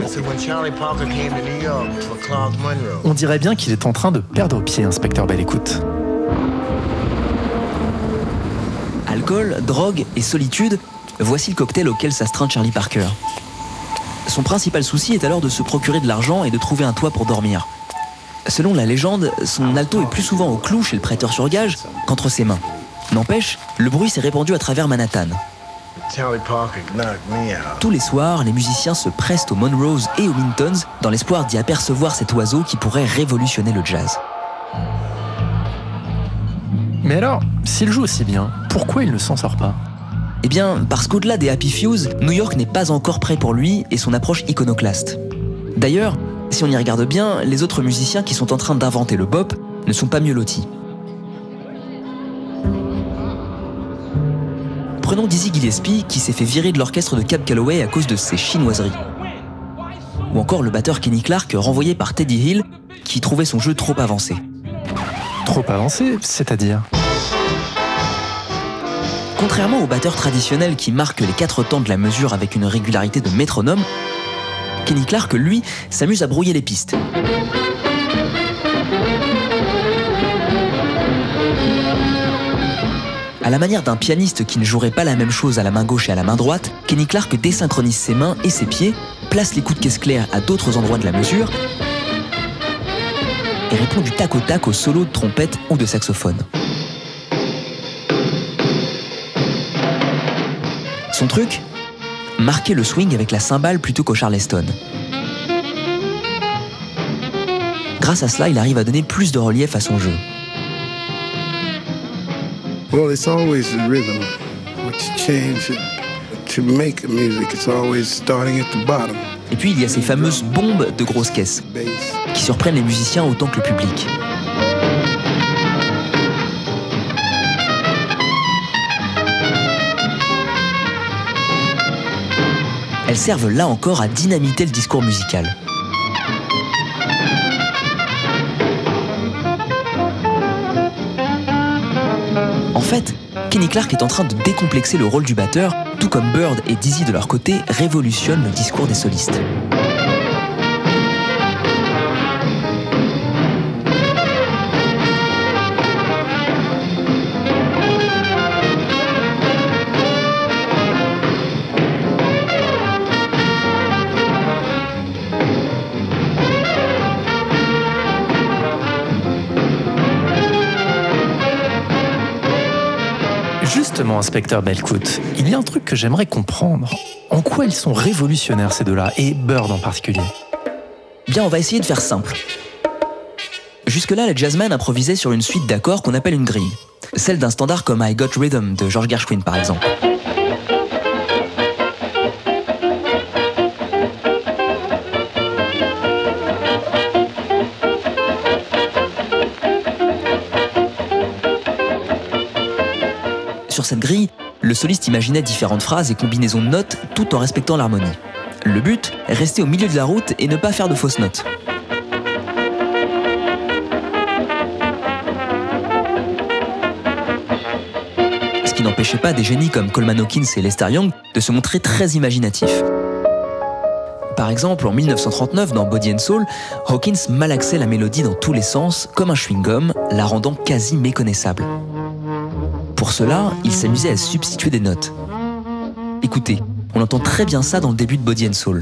on dirait bien qu'il est en train de perdre pied, inspecteur Belle-Écoute. Alcool, drogue et solitude, voici le cocktail auquel s'astreint Charlie Parker. Son principal souci est alors de se procurer de l'argent et de trouver un toit pour dormir. Selon la légende, son alto est plus souvent au clou chez le prêteur sur gage qu'entre ses mains. N'empêche, le bruit s'est répandu à travers Manhattan. Tous les soirs, les musiciens se pressent au Monrose et au Mintons dans l'espoir d'y apercevoir cet oiseau qui pourrait révolutionner le jazz. Mais alors, s'il joue aussi bien, pourquoi il ne s'en sort pas ? Eh bien, parce qu'au-delà des Happy Fews, New York n'est pas encore prêt pour lui et son approche iconoclaste. D'ailleurs, si on y regarde bien, les autres musiciens qui sont en train d'inventer le bop ne sont pas mieux lotis. Prenons Dizzy Gillespie qui s'est fait virer de l'orchestre de Cab Calloway à cause de ses chinoiseries. Ou encore le batteur Kenny Clarke renvoyé par Teddy Hill qui trouvait son jeu trop avancé. Trop avancé, c'est-à-dire ? Contrairement au batteur traditionnel qui marque les quatre temps de la mesure avec une régularité de métronome, Kenny Clarke, lui, s'amuse à brouiller les pistes. À la manière d'un pianiste qui ne jouerait pas la même chose à la main gauche et à la main droite, Kenny Clarke désynchronise ses mains et ses pieds, place les coups de caisse claire à d'autres endroits de la mesure et répond du tac au tac au solo de trompette ou de saxophone. Son truc ? Marquer le swing avec la cymbale plutôt qu'au charleston. Grâce à cela, il arrive à donner plus de relief à son jeu. Well, it's always the rhythm. What you change to make a music, it's always starting at the bottom. Et puis il y a ces fameuses bombes de grosses caisses qui surprennent les musiciens autant que le public. Elles servent là encore à dynamiter le discours musical. En fait, Kenny Clarke est en train de décomplexer le rôle du batteur, tout comme Bird et Dizzy de leur côté révolutionnent le discours des solistes. Justement, inspecteur Belcout, il y a un truc que j'aimerais comprendre. En quoi ils sont révolutionnaires ces deux-là, et Bird en particulier ? Bien, on va essayer de faire simple. Jusque-là, les jazzmen improvisaient sur une suite d'accords qu'on appelle une grille. Celle d'un standard comme I Got Rhythm de George Gershwin par exemple. Sur cette grille, le soliste imaginait différentes phrases et combinaisons de notes tout en respectant l'harmonie. Le but, rester au milieu de la route et ne pas faire de fausses notes. n'empêchait pas des génies comme Coleman Hawkins et Lester Young de se montrer très imaginatifs. Par exemple, en mille neuf cent trente-neuf, dans Body and Soul, Hawkins malaxait la mélodie dans tous les sens, comme un chewing-gum, la rendant quasi méconnaissable. Pour cela, il s'amusait à substituer des notes. Écoutez, on entend très bien ça dans le début de Body and Soul.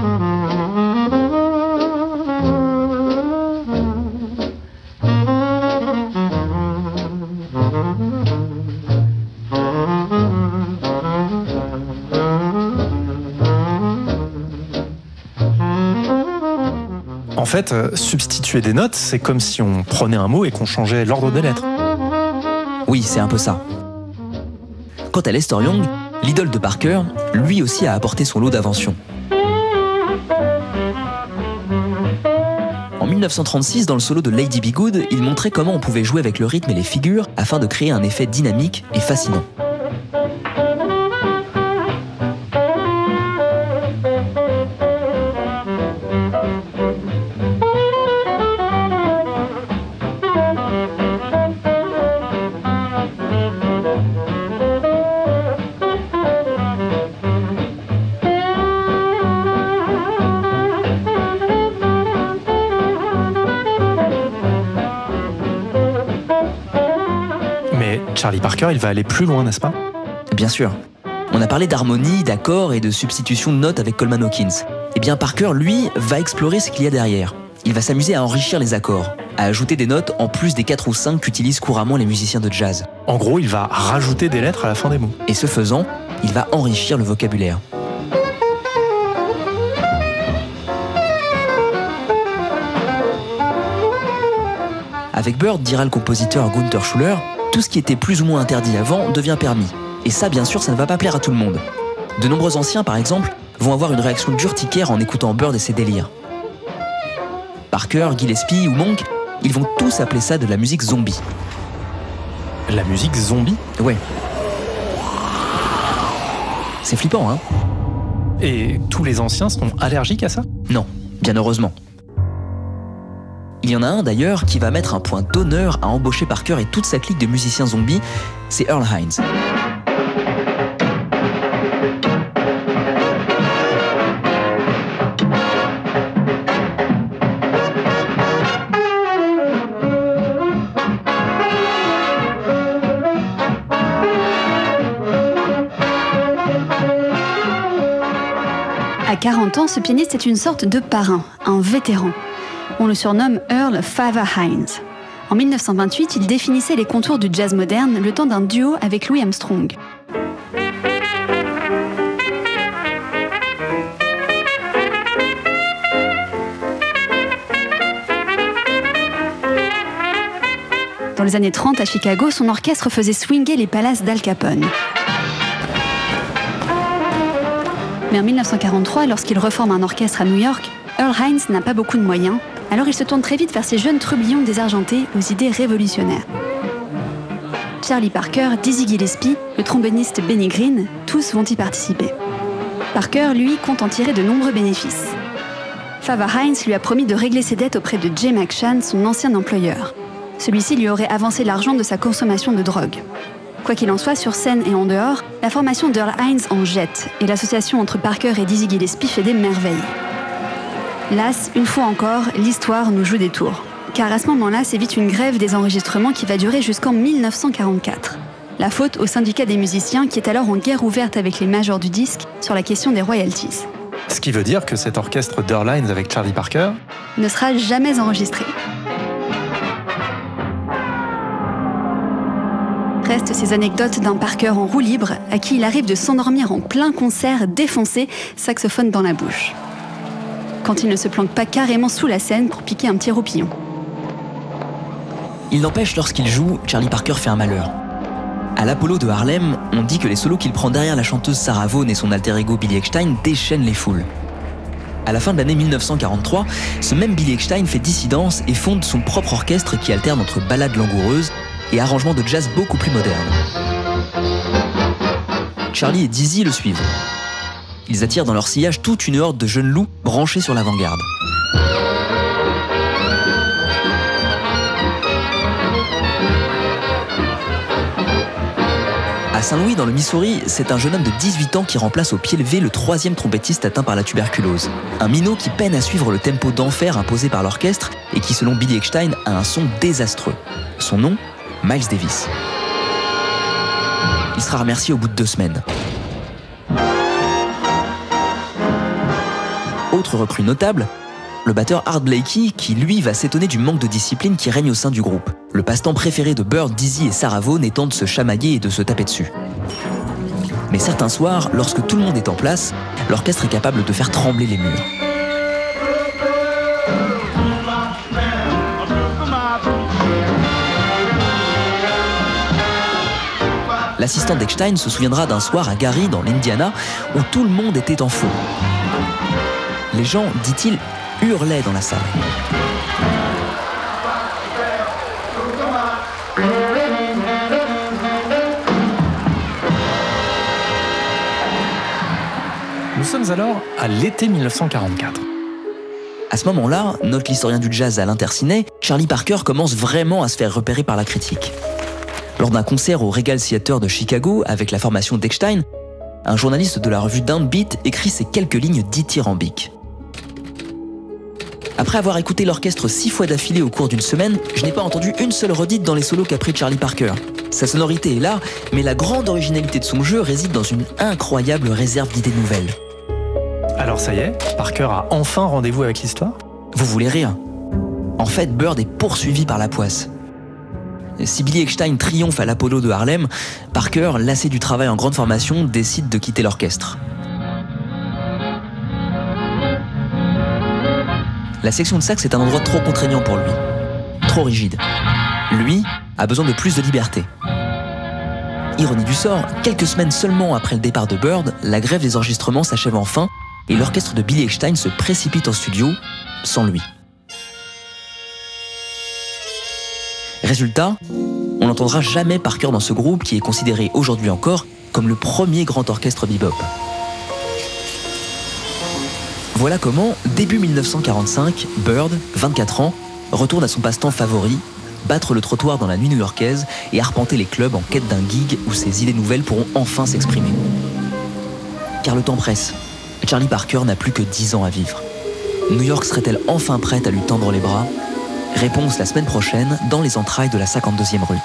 En fait, euh, substituer des notes, c'est comme si on prenait un mot et qu'on changeait l'ordre des lettres. Oui, c'est un peu ça. Quant à Lester Young, l'idole de Parker, lui aussi a apporté son lot d'inventions. En mille neuf cent trente-six, dans le solo de Lady Be Good, il montrait comment on pouvait jouer avec le rythme et les figures afin de créer un effet dynamique et fascinant. Charlie Parker, il va aller plus loin, n'est-ce pas? Bien sûr. On a parlé d'harmonie, d'accords et de substitution de notes avec Coleman Hawkins. Eh bien, Parker, lui, va explorer ce qu'il y a derrière. Il va s'amuser à enrichir les accords, à ajouter des notes en plus des quatre ou cinq qu'utilisent couramment les musiciens de jazz. En gros, il va rajouter des lettres à la fin des mots. Et ce faisant, il va enrichir le vocabulaire. Avec Bird, dira le compositeur Gunther Schuller, tout ce qui était plus ou moins interdit avant devient permis. Et ça, bien sûr, ça ne va pas plaire à tout le monde. De nombreux anciens, par exemple, vont avoir une réaction d'urticaire en écoutant Bird et ses délires. Parker, Gillespie ou Monk, ils vont tous appeler ça de la musique zombie. La musique zombie? Ouais. C'est flippant, hein? Et tous les anciens sont allergiques à ça? Non, bien heureusement. Il y en a un d'ailleurs qui va mettre un point d'honneur à embaucher Parker et toute sa clique de musiciens zombies, c'est Earl Hines. À quarante ans, ce pianiste est une sorte de parrain, un vétéran. On le surnomme Earl Father Hines. En mille neuf cent vingt-huit, il définissait les contours du jazz moderne le temps d'un duo avec Louis Armstrong. Dans les années trente, à Chicago, son orchestre faisait swinger les palaces d'Al Capone. Mais en mille neuf cent quarante-trois, lorsqu'il reforme un orchestre à New York, Earl Hines n'a pas beaucoup de moyens, alors il se tourne très vite vers ces jeunes trublions désargentés aux idées révolutionnaires. Charlie Parker, Dizzy Gillespie, le tromboniste Benny Green, tous vont y participer. Parker, lui, compte en tirer de nombreux bénéfices. Father Hines lui a promis de régler ses dettes auprès de Jay McShann, son ancien employeur. Celui-ci lui aurait avancé l'argent de sa consommation de drogue. Quoi qu'il en soit, sur scène et en dehors, la formation d'Earl Hines en jette, et l'association entre Parker et Dizzy Gillespie fait des merveilles. Las, une fois encore, l'histoire nous joue des tours. Car à ce moment-là, s'évite une grève des enregistrements qui va durer jusqu'en mille neuf cent quarante-quatre. La faute au syndicat des musiciens qui est alors en guerre ouverte avec les majors du disque sur la question des royalties. Ce qui veut dire que cet orchestre d'Earl Hines avec Charlie Parker ne sera jamais enregistré. Restent ces anecdotes d'un Parker en roue libre à qui il arrive de s'endormir en plein concert défoncé, saxophone dans la bouche. Quand il ne se planque pas carrément sous la scène pour piquer un petit roupillon. Il n'empêche, lorsqu'il joue, Charlie Parker fait un malheur. À l'Apollo de Harlem, on dit que les solos qu'il prend derrière la chanteuse Sarah Vaughan et son alter ego Billy Eckstine déchaînent les foules. À la fin de l'année mille neuf cent quarante-trois, ce même Billy Eckstine fait dissidence et fonde son propre orchestre qui alterne entre ballades langoureuses et arrangements de jazz beaucoup plus modernes. Charlie et Dizzy le suivent. Ils attirent dans leur sillage toute une horde de jeunes loups branchés sur l'avant-garde. À Saint-Louis, dans le Missouri, c'est un jeune homme de dix-huit ans qui remplace au pied levé le troisième trompettiste atteint par la tuberculose. Un minot qui peine à suivre le tempo d'enfer imposé par l'orchestre et qui, selon Billy Eckstine, a un son désastreux. Son nom, Miles Davis. Il sera remercié au bout de deux semaines. Autre recrue notable, le batteur Art Blakey, qui lui va s'étonner du manque de discipline qui règne au sein du groupe. Le passe-temps préféré de Bird, Dizzy et Sarah Vaughan étant de se chamailler et de se taper dessus. Mais certains soirs, lorsque tout le monde est en place, l'orchestre est capable de faire trembler les murs. L'assistant d'Eckstine se souviendra d'un soir à Gary, dans l'Indiana, où tout le monde était en feu. Les gens, dit-il, hurlaient dans la salle. Nous sommes alors à l'été mille neuf cent quarante-quatre. À ce moment-là, note l'historien du jazz à l'Interciné, Charlie Parker commence vraiment à se faire repérer par la critique. Lors d'un concert au Regal Theater de Chicago avec la formation d'Eckstine, un journaliste de la revue Downbeat écrit ces quelques lignes dithyrambiques. Après avoir écouté l'orchestre six fois d'affilée au cours d'une semaine, je n'ai pas entendu une seule redite dans les solos qu'a pris Charlie Parker. Sa sonorité est là, mais la grande originalité de son jeu réside dans une incroyable réserve d'idées nouvelles. Alors ça y est, Parker a enfin rendez-vous avec l'histoire ? Vous voulez rire ? En fait, Bird est poursuivi par la poisse. Si Billy Eckstine triomphe à l'Apollo de Harlem, Parker, lassé du travail en grande formation, décide de quitter l'orchestre. La section de sax est un endroit trop contraignant pour lui, trop rigide. Lui a besoin de plus de liberté. Ironie du sort, quelques semaines seulement après le départ de Bird, la grève des enregistrements s'achève enfin et l'orchestre de Billy Eckstine se précipite en studio sans lui. Résultat, on n'entendra jamais Parker dans ce groupe qui est considéré aujourd'hui encore comme le premier grand orchestre bebop. Voilà comment, début mille neuf cent quarante-cinq, Bird, vingt-quatre ans, retourne à son passe-temps favori, battre le trottoir dans la nuit new-yorkaise et arpenter les clubs en quête d'un gig où ses idées nouvelles pourront enfin s'exprimer. Car le temps presse. Charlie Parker n'a plus que dix ans à vivre. New York serait-elle enfin prête à lui tendre les bras ? Réponse la semaine prochaine dans les entrailles de la cinquante-deuxième rue.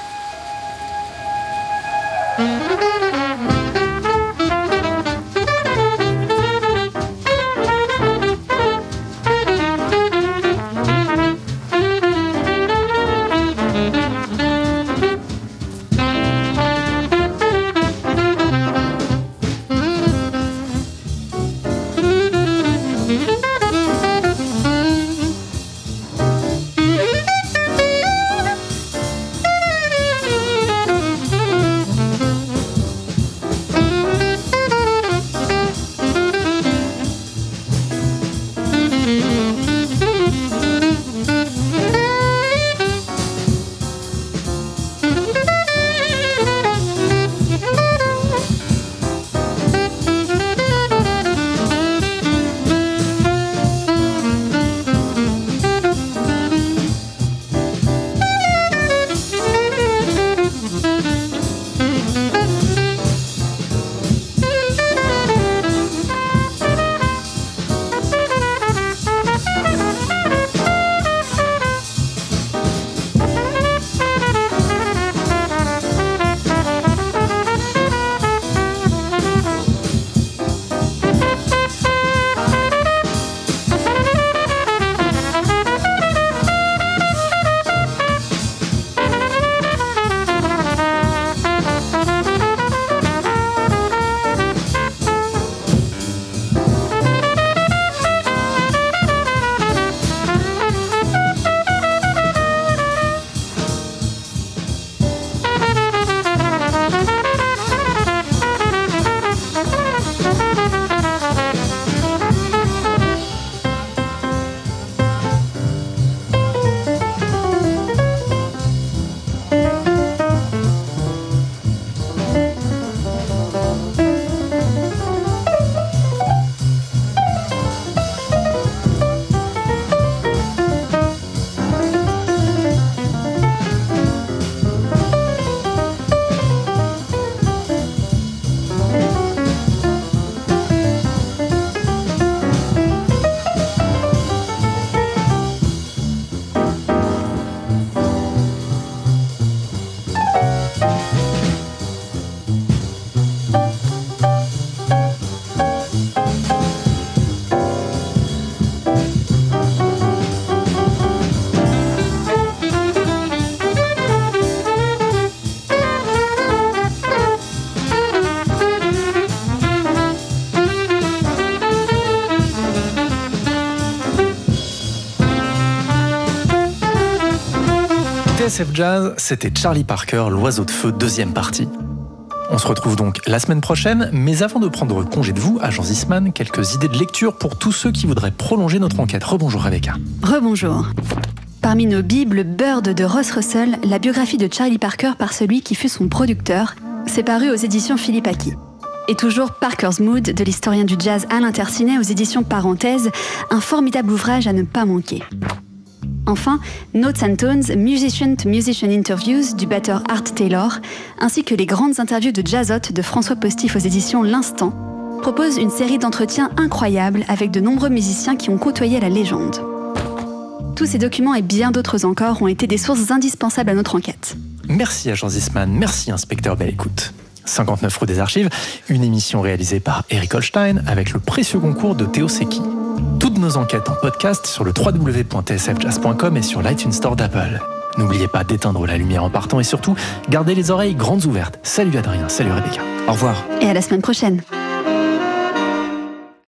S F Jazz, c'était Charlie Parker, l'oiseau de feu, deuxième partie. On se retrouve donc la semaine prochaine, mais avant de prendre congé de vous, agent Zisman, quelques idées de lecture pour tous ceux qui voudraient prolonger notre enquête. Rebonjour Rebecca. Rebonjour. Parmi nos bibles Bird de Ross Russell, la biographie de Charlie Parker par celui qui fut son producteur, s'est parue aux éditions Philippe Aki. Et toujours Parker's Mood de l'historien du jazz Alain Tercinet aux éditions Parenthèse, un formidable ouvrage à ne pas manquer. Enfin, Notes and Tones, Musician to Musician Interviews du batteur Art Taylor, ainsi que les grandes interviews de Jazzotte de François Postif aux éditions L'Instant, proposent une série d'entretiens incroyables avec de nombreux musiciens qui ont côtoyé la légende. Tous ces documents et bien d'autres encore ont été des sources indispensables à notre enquête. Merci agent Zisman, merci inspecteur Belle Écoute. cinquante-neuf rue des Archives, une émission réalisée par Eric Holstein avec le précieux concours de Théo Secchi. Toutes nos enquêtes en podcast sur le w w w point t s f jazz point com et sur l'iTunes Store d'Apple. N'oubliez pas d'éteindre la lumière en partant et surtout, gardez les oreilles grandes ouvertes. Salut Adrien, salut Rebecca. Au revoir. Et à la semaine prochaine.